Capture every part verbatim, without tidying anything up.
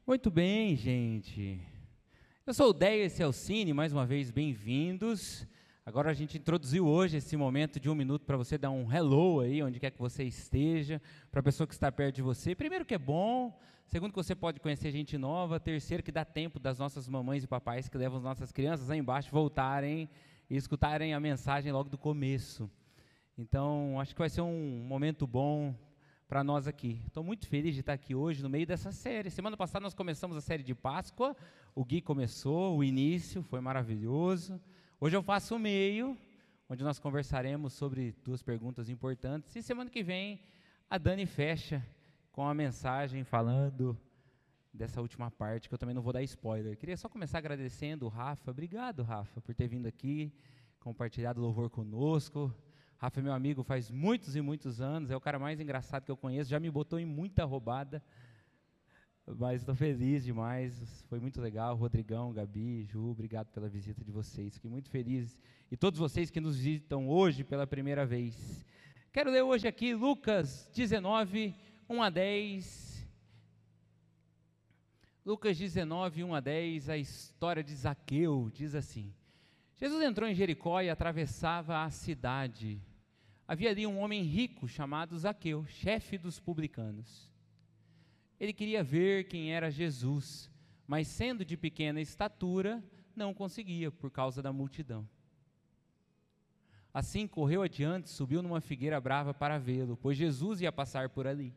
Muito bem, gente. Eu sou o Deio, esse é o Cine, mais uma vez, bem-vindos. Agora a gente introduziu hoje esse momento de um minuto para você dar um hello aí, onde quer que você esteja, para a pessoa que está perto de você. Primeiro que é bom, segundo que você pode conhecer gente nova, terceiro que dá tempo das nossas mamães e papais que levam as nossas crianças aí embaixo voltarem e escutarem a mensagem logo do começo. Então, acho que vai ser um momento bom para nós aqui. Estou muito feliz de estar aqui hoje no meio dessa série. Semana passada nós começamos a série de Páscoa, o Gui começou, o início foi maravilhoso. Hoje eu faço o meio, onde nós conversaremos sobre duas perguntas importantes. E semana que vem a Dani fecha com a mensagem falando dessa última parte, que eu também não vou dar spoiler. Queria só começar agradecendo o Rafa. Obrigado, Rafa, por ter vindo aqui, compartilhado o louvor conosco. Rafa é meu amigo faz muitos e muitos anos, é o cara mais engraçado que eu conheço, já me botou em muita roubada, mas estou feliz demais, foi muito legal. Rodrigão, Gabi, Ju, obrigado pela visita de vocês, fiquei muito feliz, e todos vocês que nos visitam hoje pela primeira vez. Quero ler hoje aqui Lucas dezenove, um a dez, Lucas dezenove, um a dez, a história de Zaqueu, diz assim: Jesus entrou em Jericó e atravessava a cidade. Havia ali um homem rico chamado Zaqueu, chefe dos publicanos. Ele queria ver quem era Jesus, mas sendo de pequena estatura, não conseguia por causa da multidão. Assim correu adiante, subiu numa figueira brava para vê-lo, pois Jesus ia passar por ali.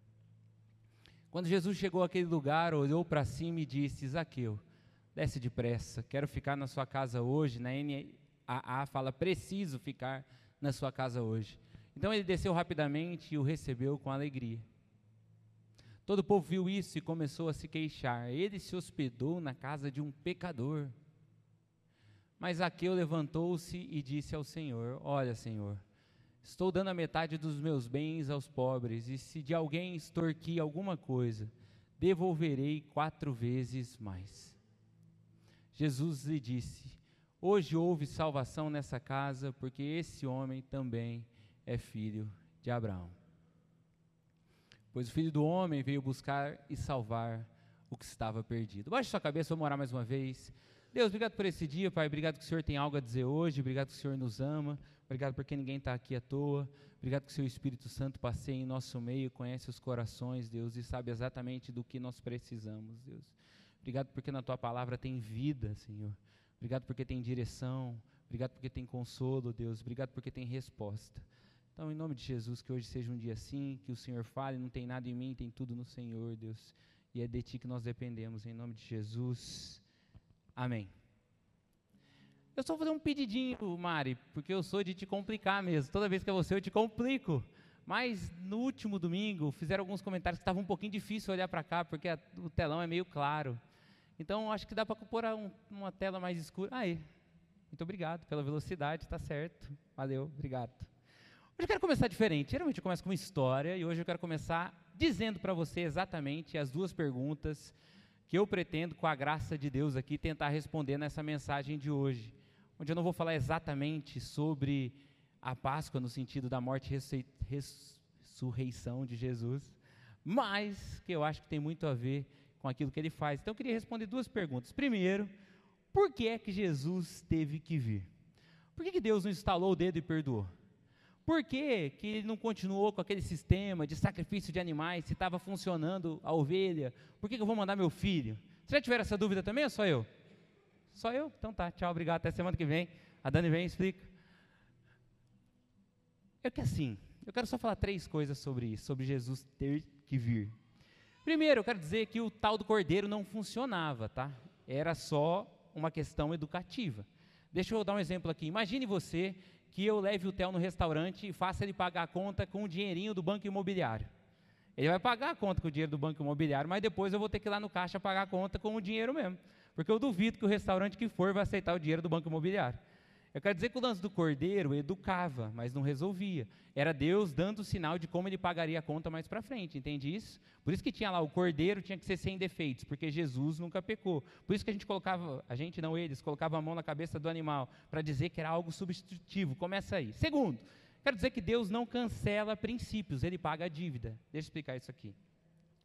Quando Jesus chegou àquele lugar, olhou para cima e disse: Zaqueu, desce depressa, quero ficar na sua casa hoje. Na N A A fala, preciso ficar na sua casa hoje. Então ele desceu rapidamente e o recebeu com alegria. Todo o povo viu isso e começou a se queixar. Ele se hospedou na casa de um pecador. Mas Zaqueu levantou-se e disse ao Senhor: olha, Senhor, estou dando a metade dos meus bens aos pobres, e se de alguém extorquir alguma coisa, devolverei quatro vezes mais. Jesus lhe disse: hoje houve salvação nessa casa, porque esse homem também é filho de Abraão. Pois o Filho do Homem veio buscar e salvar o que estava perdido. Baixe sua cabeça, vamos orar mais uma vez. Deus, obrigado por esse dia, Pai, obrigado que o Senhor tem algo a dizer hoje, obrigado que o Senhor nos ama, obrigado porque ninguém está aqui à toa, obrigado que o Seu Espírito Santo passeia em nosso meio, conhece os corações, Deus, e sabe exatamente do que nós precisamos, Deus. Obrigado porque na Tua palavra tem vida, Senhor. Obrigado porque tem direção. Obrigado porque tem consolo, Deus. Obrigado porque tem resposta. Então, em nome de Jesus, que hoje seja um dia assim, que o Senhor fale, não tem nada em mim, tem tudo no Senhor, Deus. E é de Ti que nós dependemos, em nome de Jesus. Amém. Eu só vou fazer um pedidinho, Mari, porque eu sou de te complicar mesmo. Toda vez que é você, eu te complico. Mas no último domingo, fizeram alguns comentários que estava um pouquinho difícil olhar para cá, porque a, o telão é meio claro. Então, acho que dá para pôr um, uma tela mais escura. Aí, muito obrigado pela velocidade, está certo. Valeu, obrigado. Hoje eu quero começar diferente. Geralmente eu começo com uma história, e hoje eu quero começar dizendo para você exatamente as duas perguntas que eu pretendo, com a graça de Deus aqui, tentar responder nessa mensagem de hoje. Onde eu não vou falar exatamente sobre a Páscoa, no sentido da morte e ressurreição de Jesus, mas que eu acho que tem muito a ver com aquilo que ele faz. Então eu queria responder duas perguntas. Primeiro, por que é que Jesus teve que vir? Por que que Deus não estalou o dedo e perdoou? Por que que ele não continuou com aquele sistema de sacrifício de animais, se estava funcionando a ovelha? Por que que eu vou mandar meu filho? Vocês já tiveram essa dúvida também ou só eu? Só eu? Então tá, tchau, obrigado, até semana que vem. A Dani vem e explica. É que assim, eu quero só falar três coisas sobre isso, sobre Jesus ter que vir. Primeiro, eu quero dizer que o tal do cordeiro não funcionava, tá? Era só uma questão educativa. Deixa eu dar um exemplo aqui. Imagine você que eu leve o Theo no restaurante e faça ele pagar a conta com o dinheirinho do banco imobiliário. Ele vai pagar a conta com o dinheiro do banco imobiliário, mas depois eu vou ter que ir lá no caixa pagar a conta com o dinheiro mesmo. Porque eu duvido que o restaurante que for vai aceitar o dinheiro do banco imobiliário. Eu quero dizer que o lance do cordeiro educava, mas não resolvia. Era Deus dando o sinal de como ele pagaria a conta mais para frente, entende isso? Por isso que tinha lá, o cordeiro tinha que ser sem defeitos, porque Jesus nunca pecou. Por isso que a gente colocava, a gente não eles, colocava a mão na cabeça do animal, para dizer que era algo substitutivo. Começa aí. Segundo, quero dizer que Deus não cancela princípios, ele paga a dívida. Deixa eu explicar isso aqui.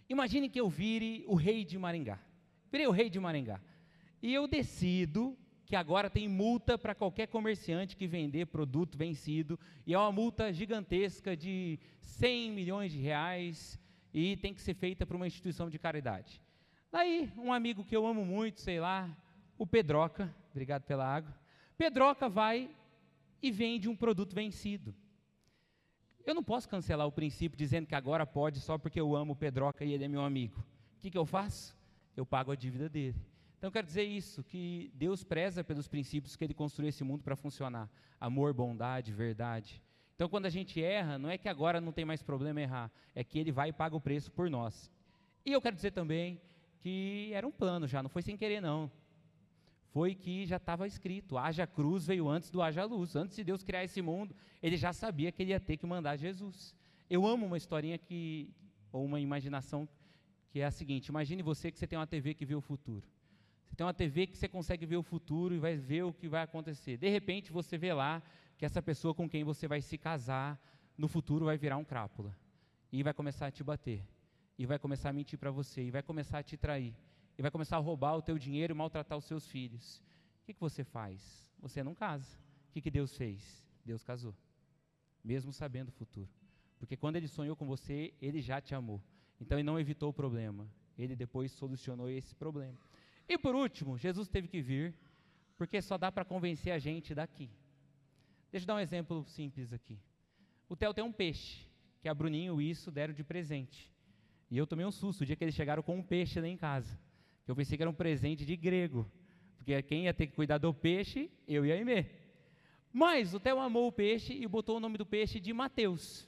Imagine que eu vire o rei de Maringá. Virei o rei de Maringá. E eu decido que agora tem multa para qualquer comerciante que vender produto vencido, e é uma multa gigantesca de cem milhões de reais, e tem que ser feita por uma instituição de caridade. Daí, um amigo que eu amo muito, sei lá, o Pedroca, obrigado pela água, Pedroca vai e vende um produto vencido. Eu não posso cancelar o princípio dizendo que agora pode só porque eu amo o Pedroca e ele é meu amigo. O que, que eu faço? Eu pago a dívida dele. Então, eu quero dizer isso, que Deus preza pelos princípios que Ele construiu esse mundo para funcionar. Amor, bondade, verdade. Então, quando a gente erra, não é que agora não tem mais problema errar, é que Ele vai e paga o preço por nós. E eu quero dizer também que era um plano já, não foi sem querer não. Foi que já estava escrito, haja cruz veio antes do haja luz. Antes de Deus criar esse mundo, Ele já sabia que Ele ia ter que mandar Jesus. Eu amo uma historinha que, ou uma imaginação que é a seguinte: imagine você que você tem uma T V que vê o futuro. Você tem uma T V que você consegue ver o futuro e vai ver o que vai acontecer. De repente, você vê lá que essa pessoa com quem você vai se casar, no futuro vai virar um crápula. E vai começar a te bater. E vai começar a mentir para você. E vai começar a te trair. E vai começar a roubar o teu dinheiro e maltratar os seus filhos. O que, que você faz? Você não casa. O que, que Deus fez? Deus casou. Mesmo sabendo o futuro. Porque quando Ele sonhou com você, Ele já te amou. Então, Ele não evitou o problema. Ele depois solucionou esse problema. E por último, Jesus teve que vir, porque só dá para convencer a gente daqui. Deixa eu dar um exemplo simples aqui. O Theo tem um peixe, que a Bruninho e o Isso deram de presente. E eu tomei um susto o dia que eles chegaram com um peixe lá em casa. Eu pensei que era um presente de grego, porque quem ia ter que cuidar do peixe, eu e a Aimee. Mas o Theo amou o peixe e botou o nome do peixe de Mateus.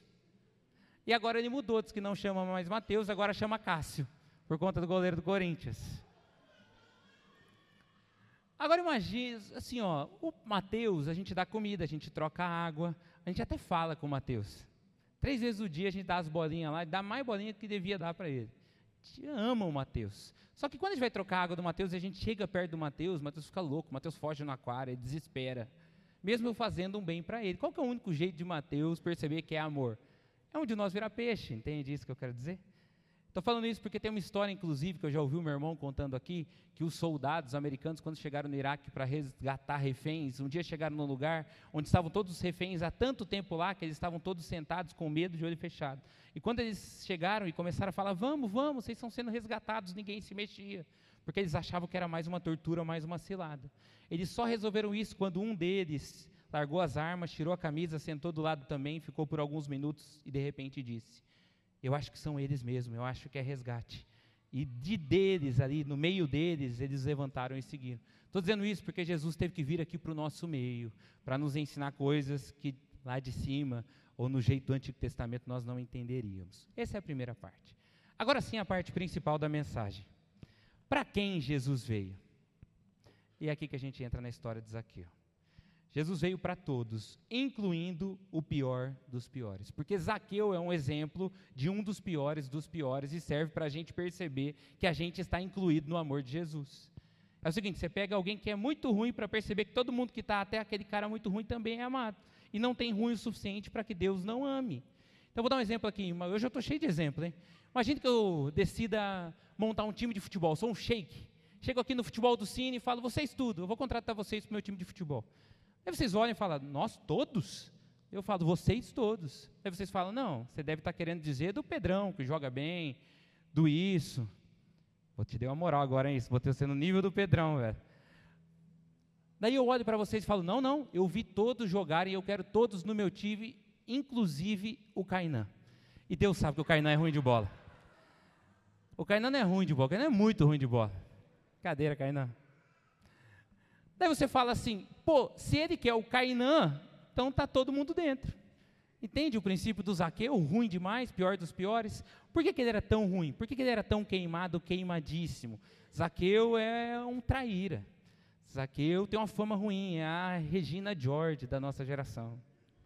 E agora ele mudou, diz que não chama mais Mateus, agora chama Cássio, por conta do goleiro do Corinthians. Agora imagine, assim ó, o Mateus, a gente dá comida, a gente troca água, a gente até fala com o Mateus. Três vezes o dia a gente dá as bolinhas lá, dá mais bolinha do que devia dar para ele. A gente ama o Mateus. Só que quando a gente vai trocar a água do Mateus, a gente chega perto do Mateus, o Mateus fica louco, o Mateus foge no aquário, ele desespera. Mesmo eu fazendo um bem para ele. Qual que é o único jeito de Mateus perceber que é amor? É um de nós virar peixe, entende isso que eu quero dizer? Estou falando isso porque tem uma história, inclusive, que eu já ouvi o meu irmão contando aqui, que os soldados americanos, quando chegaram no Iraque para resgatar reféns, um dia chegaram num lugar onde estavam todos os reféns há tanto tempo lá, que eles estavam todos sentados com medo, de olho fechado. E quando eles chegaram e começaram a falar, vamos, vamos, vocês estão sendo resgatados, ninguém se mexia, porque eles achavam que era mais uma tortura, mais uma cilada. Eles só resolveram isso quando um deles largou as armas, tirou a camisa, sentou do lado também, ficou por alguns minutos e de repente disse: eu acho que são eles mesmos, eu acho que é resgate. E de deles ali, no meio deles, eles levantaram e seguiram. Estou dizendo isso porque Jesus teve que vir aqui para o nosso meio, para nos ensinar coisas que lá de cima, ou no jeito do Antigo Testamento, nós não entenderíamos. Essa é a primeira parte. Agora sim, a parte principal da mensagem. Para quem Jesus veio? E é aqui que a gente entra na história de Zaqueu. Jesus veio para todos, incluindo o pior dos piores. Porque Zaqueu é um exemplo de um dos piores dos piores e serve para a gente perceber que a gente está incluído no amor de Jesus. É o seguinte, você pega alguém que é muito ruim para perceber que todo mundo que está, até aquele cara muito ruim, também é amado. E não tem ruim o suficiente para que Deus não ame. Então, vou dar um exemplo aqui. Hoje eu estou cheio de exemplo, hein? Imagina que eu decida montar um time de futebol, sou um sheik. Chego aqui no futebol do Cine e falo, vocês tudo, eu vou contratar vocês para o meu time de futebol. Aí vocês olham e falam, nós todos? Eu falo, vocês todos. Aí vocês falam, não, você deve estar querendo dizer do Pedrão, que joga bem, do Isso. Vou te dar uma moral agora, hein, isso, vou ter você no nível do Pedrão, velho. Daí eu olho para vocês e falo, não, não, eu vi todos jogarem e eu quero todos no meu time, inclusive o Kainan. E Deus sabe que o Kainan é ruim de bola. O Kainan não é ruim de bola, o Kainan é muito ruim de bola. Cadeira, Kainan. Daí você fala assim, pô, se ele quer o Kainan, então está todo mundo dentro. Entende o princípio do Zaqueu, ruim demais, pior dos piores? Por que, que ele era tão ruim? Por que, que ele era tão queimado, queimadíssimo? Zaqueu é um traíra. Zaqueu tem uma fama ruim, é a Regina George da nossa geração.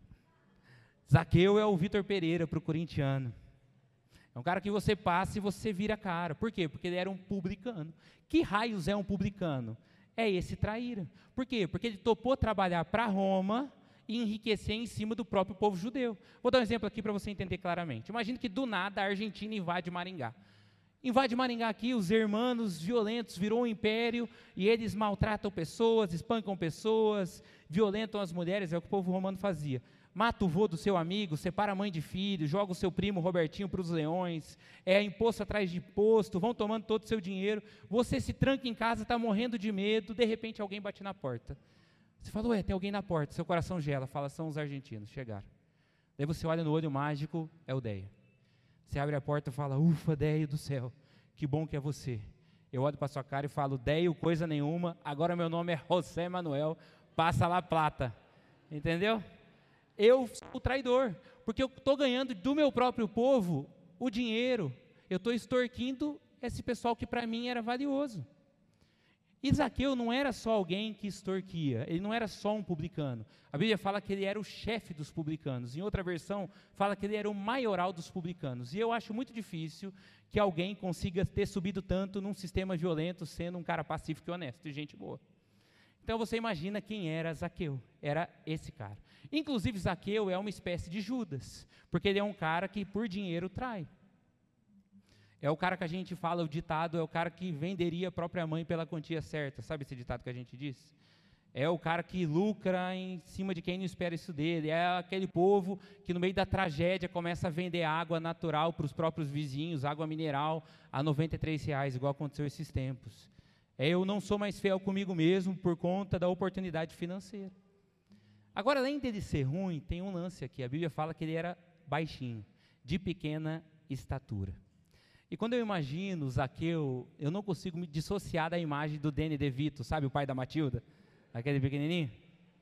Zaqueu é o Vitor Pereira para o corintiano. É um cara que você passa e você vira cara. Por quê? Porque ele era um publicano. Que raios é um publicano? É esse traíra. Por quê? Porque ele topou trabalhar para Roma e enriquecer em cima do próprio povo judeu. Vou dar um exemplo aqui para você entender claramente. Imagine que do nada a Argentina invade Maringá. Invade Maringá aqui, os hermanos violentos, virou um império, e eles maltratam pessoas, espancam pessoas, violentam as mulheres, é o que o povo romano fazia. Mata o vô do seu amigo, separa a mãe de filho, joga o seu primo Robertinho para os leões, é imposto atrás de imposto, vão tomando todo o seu dinheiro, você se tranca em casa, está morrendo de medo, de repente alguém bate na porta. Você fala, ué, tem alguém na porta, seu coração gela, fala, são os argentinos, chegaram. Daí você olha no olho mágico, é o Deia. Você abre a porta e fala, ufa, Deio do céu, que bom que é você. Eu olho para sua cara e falo, Deio, coisa nenhuma, agora meu nome é José Manuel, passa lá plata. Entendeu? Eu sou o traidor, porque eu estou ganhando do meu próprio povo o dinheiro. Eu estou extorquindo esse pessoal que para mim era valioso. E Zaqueu não era só alguém que extorquia, ele não era só um publicano. A Bíblia fala que ele era o chefe dos publicanos. Em outra versão, fala que ele era o maioral dos publicanos. E eu acho muito difícil que alguém consiga ter subido tanto num sistema violento, sendo um cara pacífico e honesto, e gente boa. Então você imagina quem era Zaqueu, era esse cara. Inclusive Zaqueu é uma espécie de Judas, porque ele é um cara que por dinheiro trai. É o cara que a gente fala, o ditado, é o cara que venderia a própria mãe pela quantia certa, sabe esse ditado que a gente diz? É o cara que lucra em cima de quem não espera isso dele, é aquele povo que no meio da tragédia começa a vender água natural para os próprios vizinhos, água mineral, a noventa e três reais, igual aconteceu esses tempos. É, eu não sou mais fiel comigo mesmo por conta da oportunidade financeira. Agora, além dele ser ruim, tem um lance aqui, a Bíblia fala que ele era baixinho, de pequena estatura. E quando eu imagino Zaqueu, eu não consigo me dissociar da imagem do Danny DeVito, sabe, o pai da Matilda? Aquele pequenininho.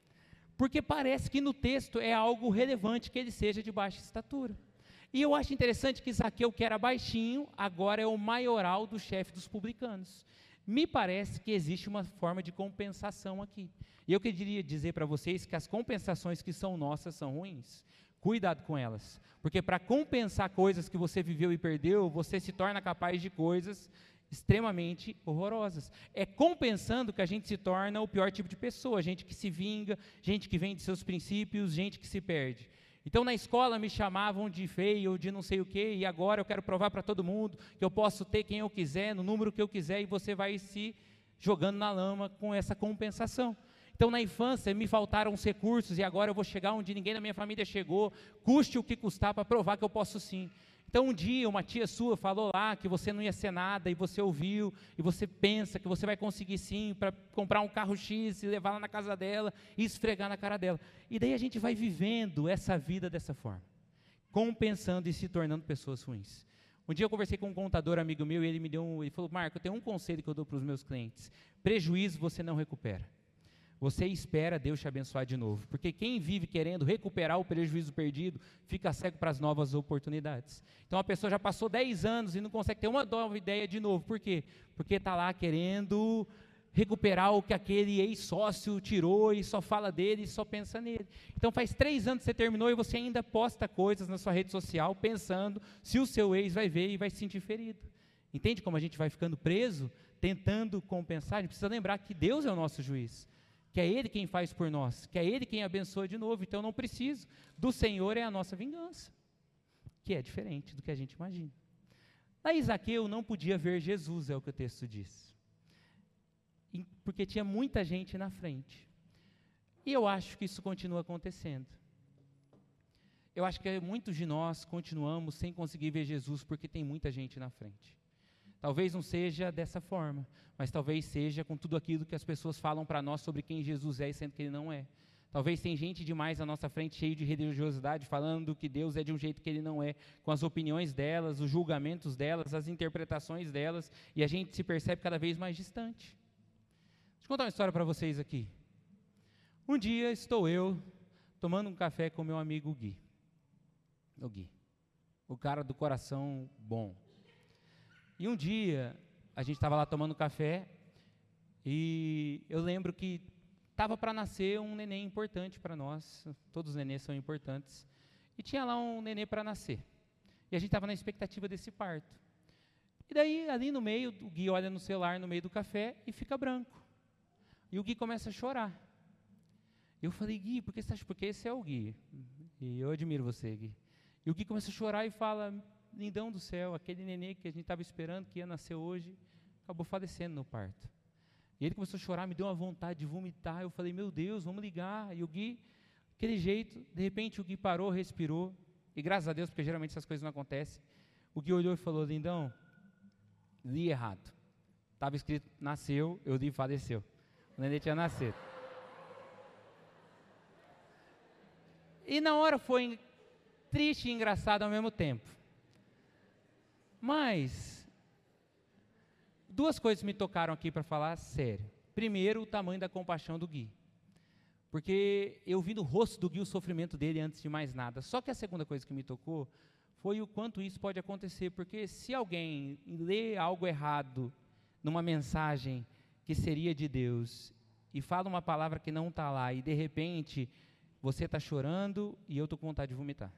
Porque parece que no texto é algo relevante que ele seja de baixa estatura. E eu acho interessante que Zaqueu, que era baixinho, agora é o maioral do chefe dos publicanos. Me parece que existe uma forma de compensação aqui. E eu queria dizer para vocês que as compensações que são nossas são ruins. Cuidado com elas, porque para compensar coisas que você viveu e perdeu, você se torna capaz de coisas extremamente horrorosas. É compensando que a gente se torna o pior tipo de pessoa, gente que se vinga, gente que vende seus princípios, gente que se perde. Então na escola me chamavam de feio, de não sei o quê, e agora eu quero provar para todo mundo que eu posso ter quem eu quiser, no número que eu quiser, e você vai se jogando na lama com essa compensação. Então, na infância, me faltaram os recursos e agora eu vou chegar onde ninguém na minha família chegou, custe o que custar para provar que eu posso sim. Então, um dia, uma tia sua falou lá que você não ia ser nada e você ouviu, e você pensa que você vai conseguir sim para comprar um carro X e levar lá na casa dela e esfregar na cara dela. E daí a gente vai vivendo essa vida dessa forma, compensando e se tornando pessoas ruins. Um dia eu conversei com um contador amigo meu e ele me deu um, ele falou, Marco, eu tenho um conselho que eu dou para os meus clientes, prejuízo você não recupera. Você espera Deus te abençoar de novo, porque quem vive querendo recuperar o prejuízo perdido, fica cego para as novas oportunidades. Então a pessoa já passou dez anos e não consegue ter uma nova ideia de novo, por quê? Porque está lá querendo recuperar o que aquele ex-sócio tirou e só fala dele e só pensa nele. Então faz três anos que você terminou e você ainda posta coisas na sua rede social, pensando se o seu ex vai ver e vai se sentir ferido. Entende como a gente vai ficando preso, tentando compensar? A gente precisa lembrar que Deus é o nosso juiz, que é Ele quem faz por nós, que é Ele quem abençoa de novo, então eu não preciso, do Senhor é a nossa vingança, que é diferente do que a gente imagina. Daí Zaqueu não podia ver Jesus, é o que o texto diz, porque tinha muita gente na frente, e eu acho que isso continua acontecendo. Eu acho que muitos de nós continuamos sem conseguir ver Jesus, porque tem muita gente na frente. Talvez não seja dessa forma, mas talvez seja com tudo aquilo que as pessoas falam para nós sobre quem Jesus é, sendo que Ele não é. Talvez tem gente demais à nossa frente, cheio de religiosidade, falando que Deus é de um jeito que Ele não é, com as opiniões delas, os julgamentos delas, as interpretações delas, e a gente se percebe cada vez mais distante. Deixa eu contar uma história para vocês aqui. Um dia estou eu tomando um café com meu amigo Gui. O Gui, o cara do coração bom. E um dia, a gente estava lá tomando café, e eu lembro que estava para nascer um neném importante para nós, todos os nenês são importantes, e tinha lá um nenê para nascer, e a gente estava na expectativa desse parto. E daí, ali no meio, o Gui olha no celular, no meio do café, e fica branco, e o Gui começa a chorar. Eu falei, Gui, por que você acha? Porque esse é o Gui, e eu admiro você, Gui. E o Gui começa a chorar e fala, lindão do céu, aquele nenê que a gente estava esperando, que ia nascer hoje, acabou falecendo no parto. E ele começou a chorar, me deu uma vontade de vomitar, eu falei, meu Deus, vamos ligar. E o Gui, aquele jeito, de repente o Gui parou, respirou, e graças a Deus, porque geralmente essas coisas não acontecem, o Gui olhou e falou, lindão, li errado. Estava escrito, nasceu, eu li, faleceu. O nenê tinha nascido. E na hora foi triste e engraçado ao mesmo tempo. Mas, duas coisas me tocaram aqui para falar sério. Primeiro, o tamanho da compaixão do Gui. Porque eu vi no rosto do Gui o sofrimento dele antes de mais nada. Só que a segunda coisa que me tocou foi o quanto isso pode acontecer. Porque se alguém lê algo errado numa mensagem que seria de Deus e fala uma palavra que não está lá e de repente você está chorando e eu estou com vontade de vomitar.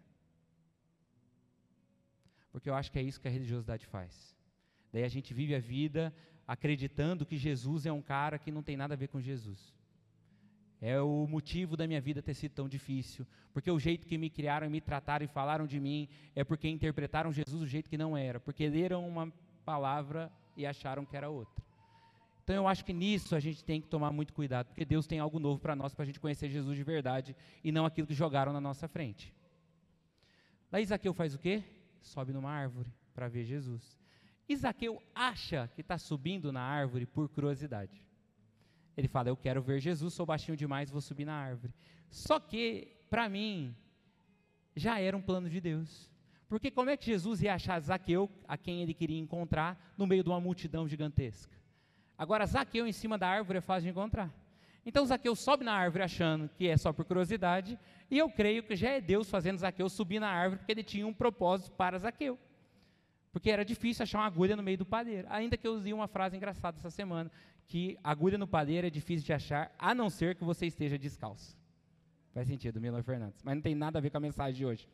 Porque eu acho que é isso que a religiosidade faz. Daí a gente vive a vida acreditando que Jesus é um cara que não tem nada a ver com Jesus. É o motivo da minha vida ter sido tão difícil. Porque o jeito que me criaram, me trataram e falaram de mim é porque interpretaram Jesus do jeito que não era. Porque leram uma palavra e acharam que era outra. Então eu acho que nisso a gente tem que tomar muito cuidado, porque Deus tem algo novo para nós, para a gente conhecer Jesus de verdade, e não aquilo que jogaram na nossa frente. Daí Zaqueu faz o quê? Sobe numa árvore para ver Jesus. E Zaqueu acha que está subindo na árvore por curiosidade. Ele fala, eu quero ver Jesus, sou baixinho demais, vou subir na árvore. Só que, para mim, já era um plano de Deus. Porque como é que Jesus ia achar Zaqueu, a quem ele queria encontrar, no meio de uma multidão gigantesca? Agora, Zaqueu em cima da árvore é fácil de encontrar. Então, Zaqueu sobe na árvore achando que é só por curiosidade, e eu creio que já é Deus fazendo Zaqueu subir na árvore, porque ele tinha um propósito para Zaqueu. Porque era difícil achar uma agulha no meio do palheiro. Ainda que eu li uma frase engraçada essa semana, que agulha no palheiro é difícil de achar, a não ser que você esteja descalço. Faz sentido, Milor Fernandes, mas não tem nada a ver com a mensagem de hoje.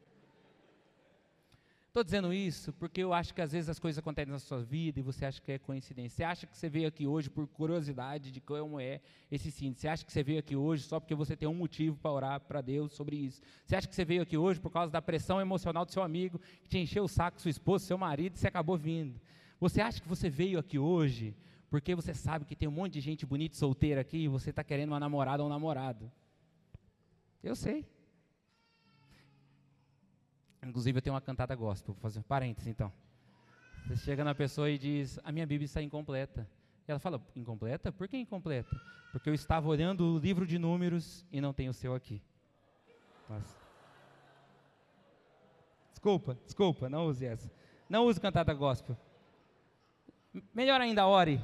Estou dizendo isso porque eu acho que às vezes as coisas acontecem na sua vida e você acha que é coincidência. Você acha que você veio aqui hoje por curiosidade de como é esse síndrome. Você acha que você veio aqui hoje só porque você tem um motivo para orar para Deus sobre isso. Você acha que você veio aqui hoje por causa da pressão emocional do seu amigo, que te encheu o saco, sua esposa, seu marido, e você acabou vindo. Você acha que você veio aqui hoje porque você sabe que tem um monte de gente bonita e solteira aqui e você está querendo uma namorada ou um namorado. Eu sei. Inclusive, eu tenho uma cantada gospel, vou fazer um parênteses, então. Você chega na pessoa e diz, a minha Bíblia está incompleta. E ela fala, incompleta? Por que incompleta? Porque eu estava olhando o livro de números e não tem o seu aqui. Nossa. Desculpa, desculpa, não use essa. Não use cantada gospel. Melhor ainda, ore.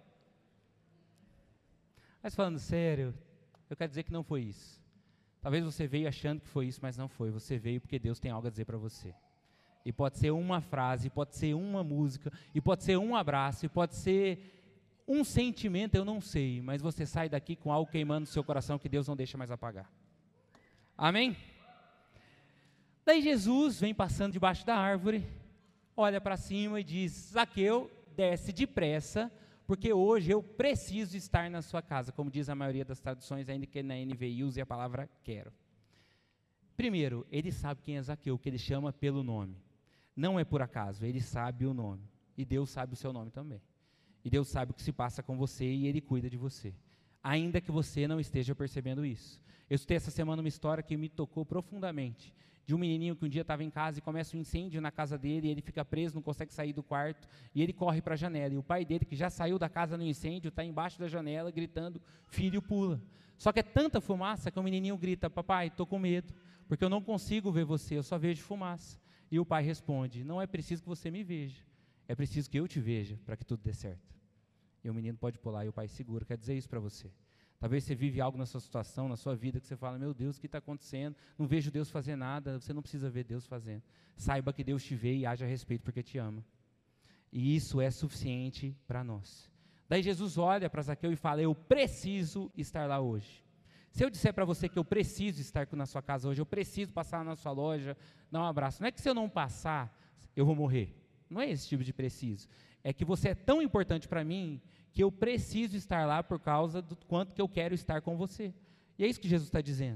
Mas falando sério, eu quero dizer que não foi isso. Talvez você veio achando que foi isso, mas não foi. Você veio porque Deus tem algo a dizer para você. E pode ser uma frase, pode ser uma música, e pode ser um abraço, e pode ser um sentimento, eu não sei. Mas você sai daqui com algo queimando no seu coração que Deus não deixa mais apagar. Amém? Daí Jesus vem passando debaixo da árvore, olha para cima e diz, Zaqueu, desce depressa, porque hoje eu preciso estar na sua casa, como diz a maioria das traduções, ainda que na N V I use a palavra quero. Primeiro, ele sabe quem é Zaqueu, que ele chama pelo nome. Não é por acaso, ele sabe o nome. E Deus sabe o seu nome também. E Deus sabe o que se passa com você e ele cuida de você. Ainda que você não esteja percebendo isso. Eu escutei essa semana uma história que me tocou profundamente. De um menininho que um dia estava em casa e começa um incêndio na casa dele, e ele fica preso, não consegue sair do quarto, e ele corre para a janela, e o pai dele, que já saiu da casa no incêndio, está embaixo da janela, gritando, filho, pula. Só que é tanta fumaça que o menininho grita, papai, estou com medo, porque eu não consigo ver você, eu só vejo fumaça. E o pai responde, não é preciso que você me veja, é preciso que eu te veja, para que tudo dê certo. E o menino pode pular, e o pai segura, quer dizer isso para você. Talvez você vive algo na sua situação, na sua vida, que você fala, meu Deus, o que está acontecendo? Não vejo Deus fazer nada. Você não precisa ver Deus fazendo. Saiba que Deus te vê e age a respeito porque te ama. E isso é suficiente para nós. Daí Jesus olha para Zaqueu e fala, eu preciso estar lá hoje. Se eu disser para você que eu preciso estar na sua casa hoje, eu preciso passar na sua loja, dar um abraço. Não é que se eu não passar, eu vou morrer. Não é esse tipo de preciso. É que você é tão importante para mim que eu preciso estar lá por causa do quanto que eu quero estar com você. E é isso que Jesus está dizendo.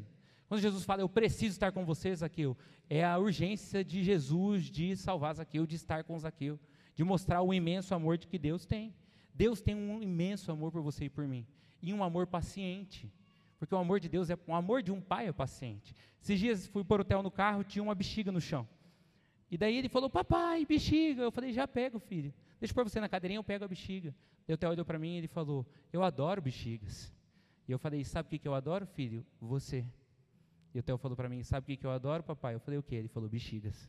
Quando Jesus fala, eu preciso estar com você, Zaqueu, é a urgência de Jesus de salvar Zaqueu, de estar com Zaqueu, de mostrar o imenso amor de que Deus tem. Deus tem um imenso amor por você e por mim, e um amor paciente, porque o amor de Deus é, o amor de um pai é paciente. Esses dias fui para o hotel no carro, tinha uma bexiga no chão, e daí ele falou, papai, bexiga, eu falei, já pego, filho, deixa eu pôr você na cadeirinha, eu pego a bexiga. O hotel olhou para mim e ele falou, eu adoro bexigas. E eu falei, sabe o que, que eu adoro, filho? Você. E o Theo falou para mim, sabe o que, que eu adoro, papai? Eu falei, o quê? Ele falou, bexigas.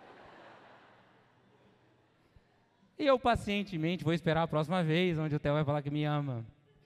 E eu pacientemente vou esperar a próxima vez, onde o Theo vai falar que me ama.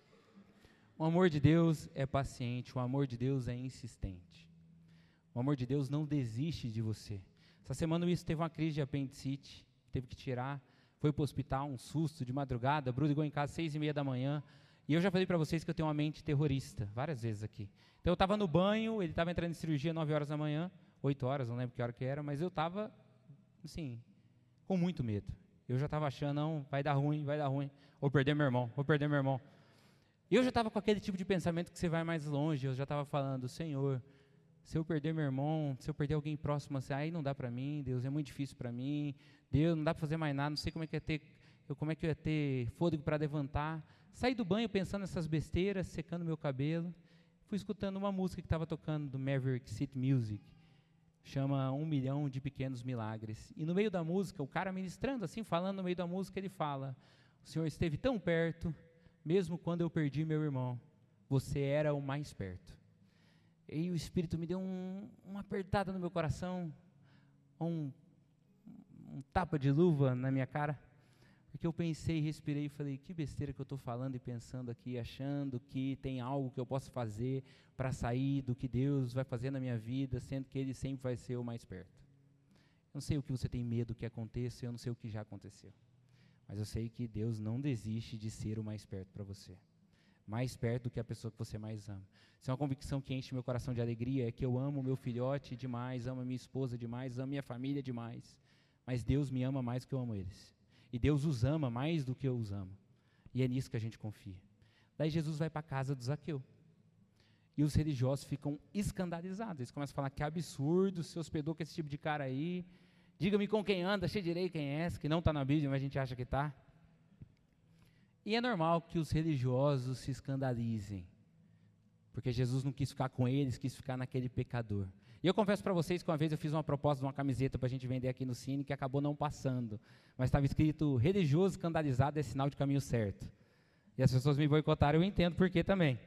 O amor de Deus é paciente, o amor de Deus é insistente. O amor de Deus não desiste de você. Essa semana o Wilson teve uma crise de apendicite, teve que tirar, foi para o hospital, um susto de madrugada, Bruno ligou em casa às seis e meia da manhã, e eu já falei para vocês que eu tenho uma mente terrorista, várias vezes aqui. Então eu estava no banho, ele estava entrando em cirurgia nove horas da manhã, oito horas, não lembro que hora que era, mas eu estava, assim, com muito medo. Eu já estava achando, não, vai dar ruim, vai dar ruim, vou perder meu irmão, vou perder meu irmão. E eu já estava com aquele tipo de pensamento que você vai mais longe, eu já estava falando, Senhor, se eu perder meu irmão, se eu perder alguém próximo, assim, aí não dá para mim, Deus, é muito difícil para mim, Deus, não dá para fazer mais nada, não sei como é que ia ter, eu, como é que eu ia ter fôlego para levantar. Saí do banho pensando nessas besteiras, secando meu cabelo, fui escutando uma música que estava tocando do Maverick City Music, chama Um Milhão de Pequenos Milagres, e no meio da música, o cara ministrando assim, falando no meio da música, ele fala, o Senhor esteve tão perto, mesmo quando eu perdi meu irmão, você era o mais perto. E o Espírito me deu um, uma apertada no meu coração, um, um tapa de luva na minha cara, porque eu pensei, respirei e falei, que besteira que eu estou falando e pensando aqui, achando que tem algo que eu posso fazer para sair do que Deus vai fazer na minha vida, sendo que Ele sempre vai ser o mais perto. Eu não sei o que você tem medo que aconteça, eu não sei o que já aconteceu, mas eu sei que Deus não desiste de ser o mais perto para você, mais perto do que a pessoa que você mais ama. Isso é uma convicção que enche meu coração de alegria, é que eu amo meu filhote demais, amo a minha esposa demais, amo minha família demais, mas Deus me ama mais do que eu amo eles. E Deus os ama mais do que eu os amo. E é nisso que a gente confia. Daí Jesus vai para a casa do Zaqueu. E os religiosos ficam escandalizados. Eles começam a falar, que absurdo, se hospedou com esse tipo de cara aí. Diga-me com quem anda, achei direito quem é esse, que não está na Bíblia, mas a gente acha que está. E é normal que os religiosos se escandalizem. Porque Jesus não quis ficar com eles, quis ficar naquele pecador. E eu confesso para vocês que uma vez eu fiz uma proposta de uma camiseta para a gente vender aqui no Cine, que acabou não passando. Mas estava escrito, religioso escandalizado é sinal de caminho certo. E as pessoas me boicotaram, eu entendo por quê também.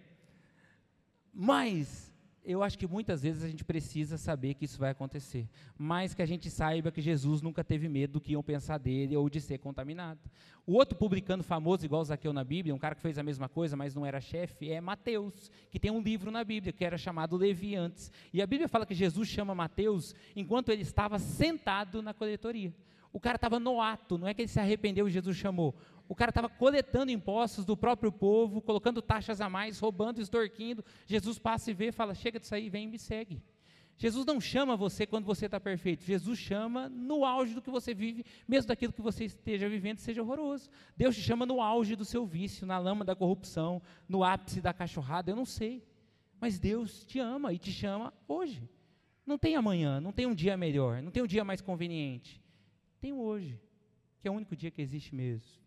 Mas eu acho que muitas vezes a gente precisa saber que isso vai acontecer. Mas que a gente saiba que Jesus nunca teve medo do que iam pensar dele ou de ser contaminado. O outro publicano famoso, igual Zaqueu na Bíblia, um cara que fez a mesma coisa, mas não era chefe, é Mateus, que tem um livro na Bíblia, que era chamado Levi antes. E a Bíblia fala que Jesus chama Mateus enquanto ele estava sentado na coletoria. O cara estava no ato, não é que ele se arrependeu e Jesus chamou. O cara estava coletando impostos do próprio povo, colocando taxas a mais, roubando, extorquindo. Jesus passa e vê, fala, chega disso aí, vem e me segue. Jesus não chama você quando você está perfeito. Jesus chama no auge do que você vive, mesmo daquilo que você esteja vivendo seja horroroso. Deus te chama no auge do seu vício, na lama da corrupção, no ápice da cachorrada, eu não sei. Mas Deus te ama e te chama hoje. Não tem amanhã, não tem um dia melhor, não tem um dia mais conveniente. Tem o hoje, que é o único dia que existe mesmo.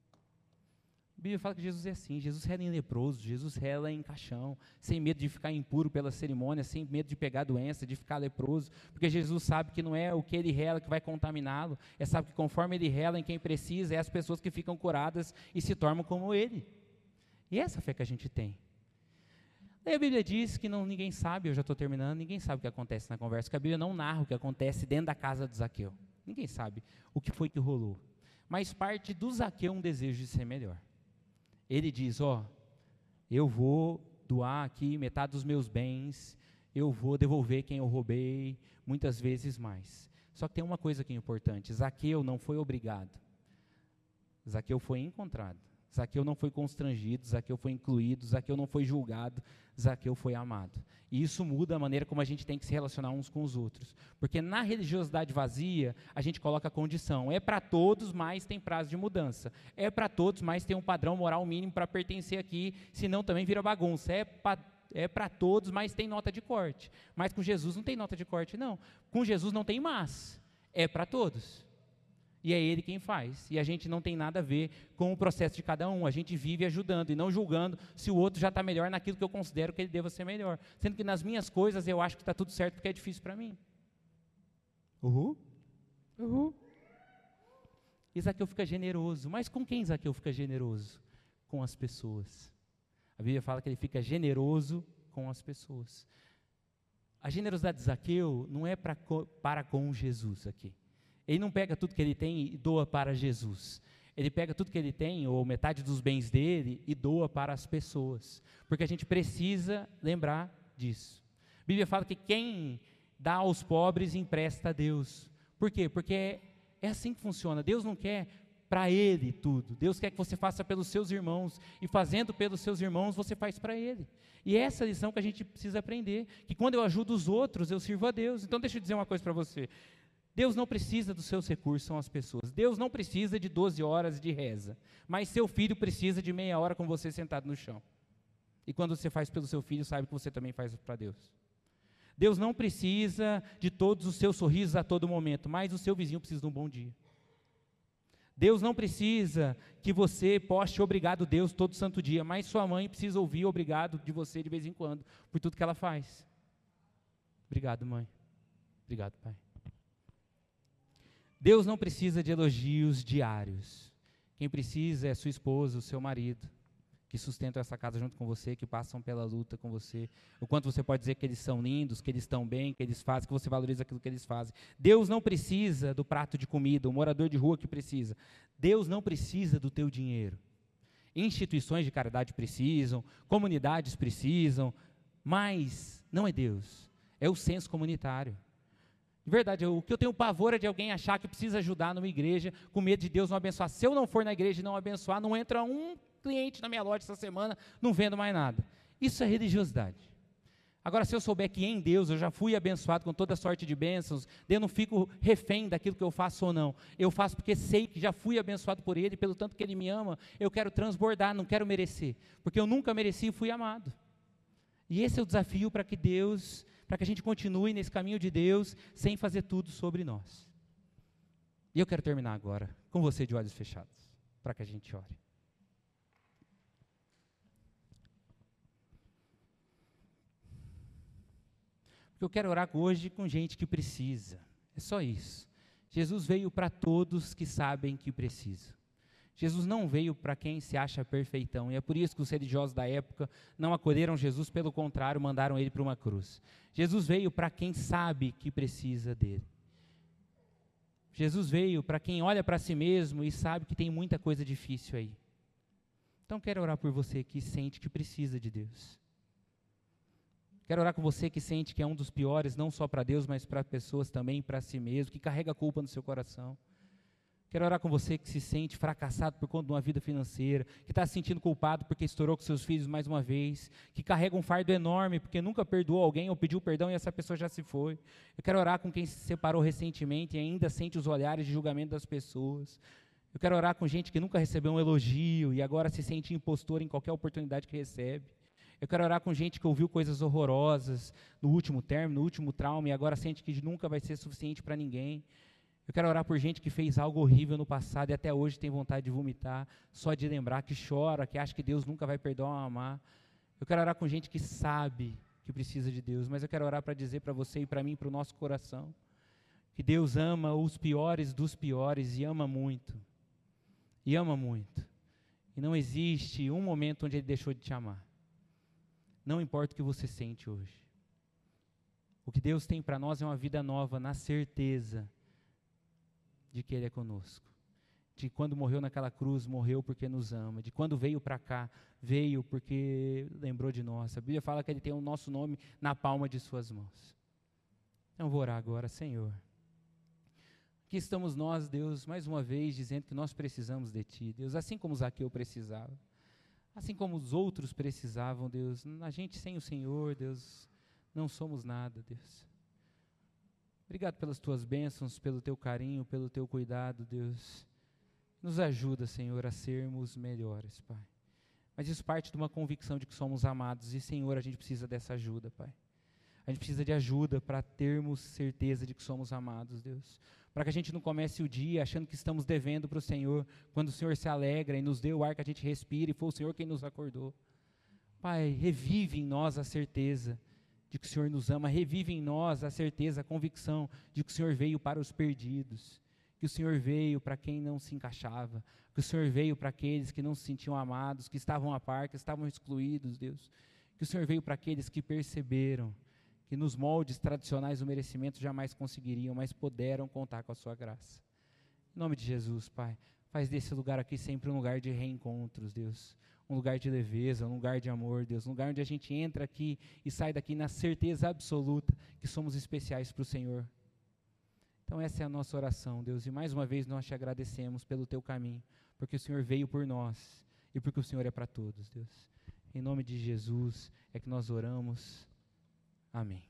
A Bíblia fala que Jesus é assim, Jesus rela em leproso, Jesus rela em caixão, sem medo de ficar impuro pela cerimônia, sem medo de pegar doença, de ficar leproso, porque Jesus sabe que não é o que ele rela que vai contaminá-lo, é sabe que conforme ele rela em quem precisa, é as pessoas que ficam curadas e se tornam como ele. E essa fé que a gente tem. Aí a Bíblia diz que não, ninguém sabe, eu já estou terminando, ninguém sabe o que acontece na conversa, que a Bíblia não narra o que acontece dentro da casa de Zaqueu. Ninguém sabe o que foi que rolou. Mas parte do Zaqueu um desejo de ser melhor. Ele diz, ó, eu vou doar aqui metade dos meus bens, eu vou devolver quem eu roubei, muitas vezes mais. Só que tem uma coisa aqui importante, Zaqueu não foi obrigado. Zaqueu foi encontrado. Zaqueu não foi constrangido, Zaqueu foi incluído, Zaqueu não foi julgado, Zaqueu foi amado. E isso muda a maneira como a gente tem que se relacionar uns com os outros. Porque na religiosidade vazia, a gente coloca a condição. É para todos, mas tem prazo de mudança. É para todos, mas tem um padrão moral mínimo para pertencer aqui, senão também vira bagunça. É para é para todos, mas tem nota de corte. Mas com Jesus não tem nota de corte, não. Com Jesus não tem mas, é para todos. E é Ele quem faz. E a gente não tem nada a ver com o processo de cada um. A gente vive ajudando e não julgando se o outro já está melhor naquilo que eu considero que ele deva ser melhor. Sendo que nas minhas coisas eu acho que está tudo certo porque é difícil para mim. Uhul. Uhul. E Zaqueu fica generoso. Mas com quem Zaqueu fica generoso? Com as pessoas. A Bíblia fala que ele fica generoso com as pessoas. A generosidade de Zaqueu não é pra, para com Jesus aqui. Ele não pega tudo que ele tem e doa para Jesus. Ele pega tudo que ele tem, ou metade dos bens dele, e doa para as pessoas. Porque a gente precisa lembrar disso. A Bíblia fala que quem dá aos pobres empresta a Deus. Por quê? Porque é, é assim que funciona. Deus não quer para Ele tudo. Deus quer que você faça pelos seus irmãos. E fazendo pelos seus irmãos, você faz para Ele. E é essa lição que a gente precisa aprender. Que quando eu ajudo os outros, eu sirvo a Deus. Então deixa eu dizer uma coisa para você. Deus não precisa dos seus recursos, são as pessoas. Deus não precisa de doze horas de reza, mas seu filho precisa de meia hora com você sentado no chão. E quando você faz pelo seu filho, sabe que você também faz para Deus. Deus não precisa de todos os seus sorrisos a todo momento, mas o seu vizinho precisa de um bom dia. Deus não precisa que você poste obrigado Deus todo santo dia, mas sua mãe precisa ouvir obrigado de você de vez em quando, por tudo que ela faz. Obrigado, mãe. Obrigado, pai. Deus não precisa de elogios diários. Quem precisa é sua esposa, o seu marido, que sustentam essa casa junto com você, que passam pela luta com você. O quanto você pode dizer que eles são lindos, que eles estão bem, que eles fazem, que você valoriza aquilo que eles fazem. Deus não precisa do prato de comida, o morador de rua que precisa. Deus não precisa do teu dinheiro. Instituições de caridade precisam, comunidades precisam, mas não é Deus, é o senso comunitário. De verdade, eu, o que eu tenho pavor é de alguém achar que precisa ajudar numa igreja com medo de Deus não abençoar. Se eu não for na igreja e não abençoar, não entra um cliente na minha loja essa semana, não vendo mais nada. Isso é religiosidade. Agora, se eu souber que em Deus eu já fui abençoado com toda sorte de bênçãos, eu não fico refém daquilo que eu faço ou não. Eu faço porque sei que já fui abençoado por Ele, pelo tanto que Ele me ama, eu quero transbordar, não quero merecer. Porque eu nunca mereci e fui amado. E esse é o desafio para que Deus... para que a gente continue nesse caminho de Deus, sem fazer tudo sobre nós. E eu quero terminar agora, com você de olhos fechados, para que a gente ore. Porque eu quero orar hoje com gente que precisa, é só isso. Jesus veio para todos que sabem que precisam. Jesus não veio para quem se acha perfeitão, e é por isso que os religiosos da época não acolheram Jesus, pelo contrário, mandaram ele para uma cruz. Jesus veio para quem sabe que precisa dele. Jesus veio para quem olha para si mesmo e sabe que tem muita coisa difícil aí. Então quero orar por você que sente que precisa de Deus. Quero orar com você que sente que é um dos piores, não só para Deus, mas para pessoas também, para si mesmo, que carrega culpa no seu coração. Quero orar com você que se sente fracassado por conta de uma vida financeira, que está se sentindo culpado porque estourou com seus filhos mais uma vez, que carrega um fardo enorme porque nunca perdoou alguém ou pediu perdão e essa pessoa já se foi. Eu quero orar com quem se separou recentemente e ainda sente os olhares de julgamento das pessoas. Eu quero orar com gente que nunca recebeu um elogio e agora se sente impostor em qualquer oportunidade que recebe. Eu quero orar com gente que ouviu coisas horrorosas no último término, no último trauma e agora sente que nunca vai ser suficiente para ninguém. Eu quero orar por gente que fez algo horrível no passado e até hoje tem vontade de vomitar, só de lembrar, que chora, que acha que Deus nunca vai perdoar ou amar. Eu quero orar com gente que sabe que precisa de Deus, mas eu quero orar para dizer para você e para mim, para o nosso coração, que Deus ama os piores dos piores e ama muito, e ama muito. E não existe um momento onde Ele deixou de te amar. Não importa o que você sente hoje. O que Deus tem para nós é uma vida nova, na certeza de que Ele é conosco, de quando morreu naquela cruz, morreu porque nos ama, de quando veio para cá, veio porque lembrou de nós. A Bíblia fala que Ele tem o nosso nome na palma de suas mãos. Então vou orar agora, Senhor. Aqui estamos nós, Deus, mais uma vez dizendo que nós precisamos de Ti, Deus, assim como Zaqueu precisava, assim como os outros precisavam, Deus, a gente sem o Senhor, Deus, não somos nada, Deus. Obrigado pelas Tuas bênçãos, pelo Teu carinho, pelo Teu cuidado, Deus. Nos ajuda, Senhor, a sermos melhores, Pai. mas isso parte de uma convicção de que somos amados. E, Senhor, a gente precisa dessa ajuda, Pai. A gente precisa de ajuda para termos certeza de que somos amados, Deus. Para que a gente não comece o dia achando que estamos devendo para o Senhor, quando o Senhor se alegra e nos deu o ar que a gente respira e foi o Senhor quem nos acordou. Pai, revive em nós a certeza de que o Senhor nos ama, revive em nós a certeza, a convicção de que o Senhor veio para os perdidos, que o Senhor veio para quem não se encaixava, que o Senhor veio para aqueles que não se sentiam amados, que estavam à par, que estavam excluídos, Deus. Que o Senhor veio para aqueles que perceberam que nos moldes tradicionais o merecimento jamais conseguiriam, mas puderam contar com a sua graça. Em nome de Jesus, Pai, faz desse lugar aqui sempre um lugar de reencontros, Deus. Um lugar de leveza, um lugar de amor, Deus. Um lugar onde a gente entra aqui e sai daqui na certeza absoluta que somos especiais para o Senhor. Então essa é a nossa oração, Deus. E mais uma vez nós te agradecemos pelo teu caminho, porque o Senhor veio por nós e porque o Senhor é para todos, Deus. Em nome de Jesus é que nós oramos. Amém.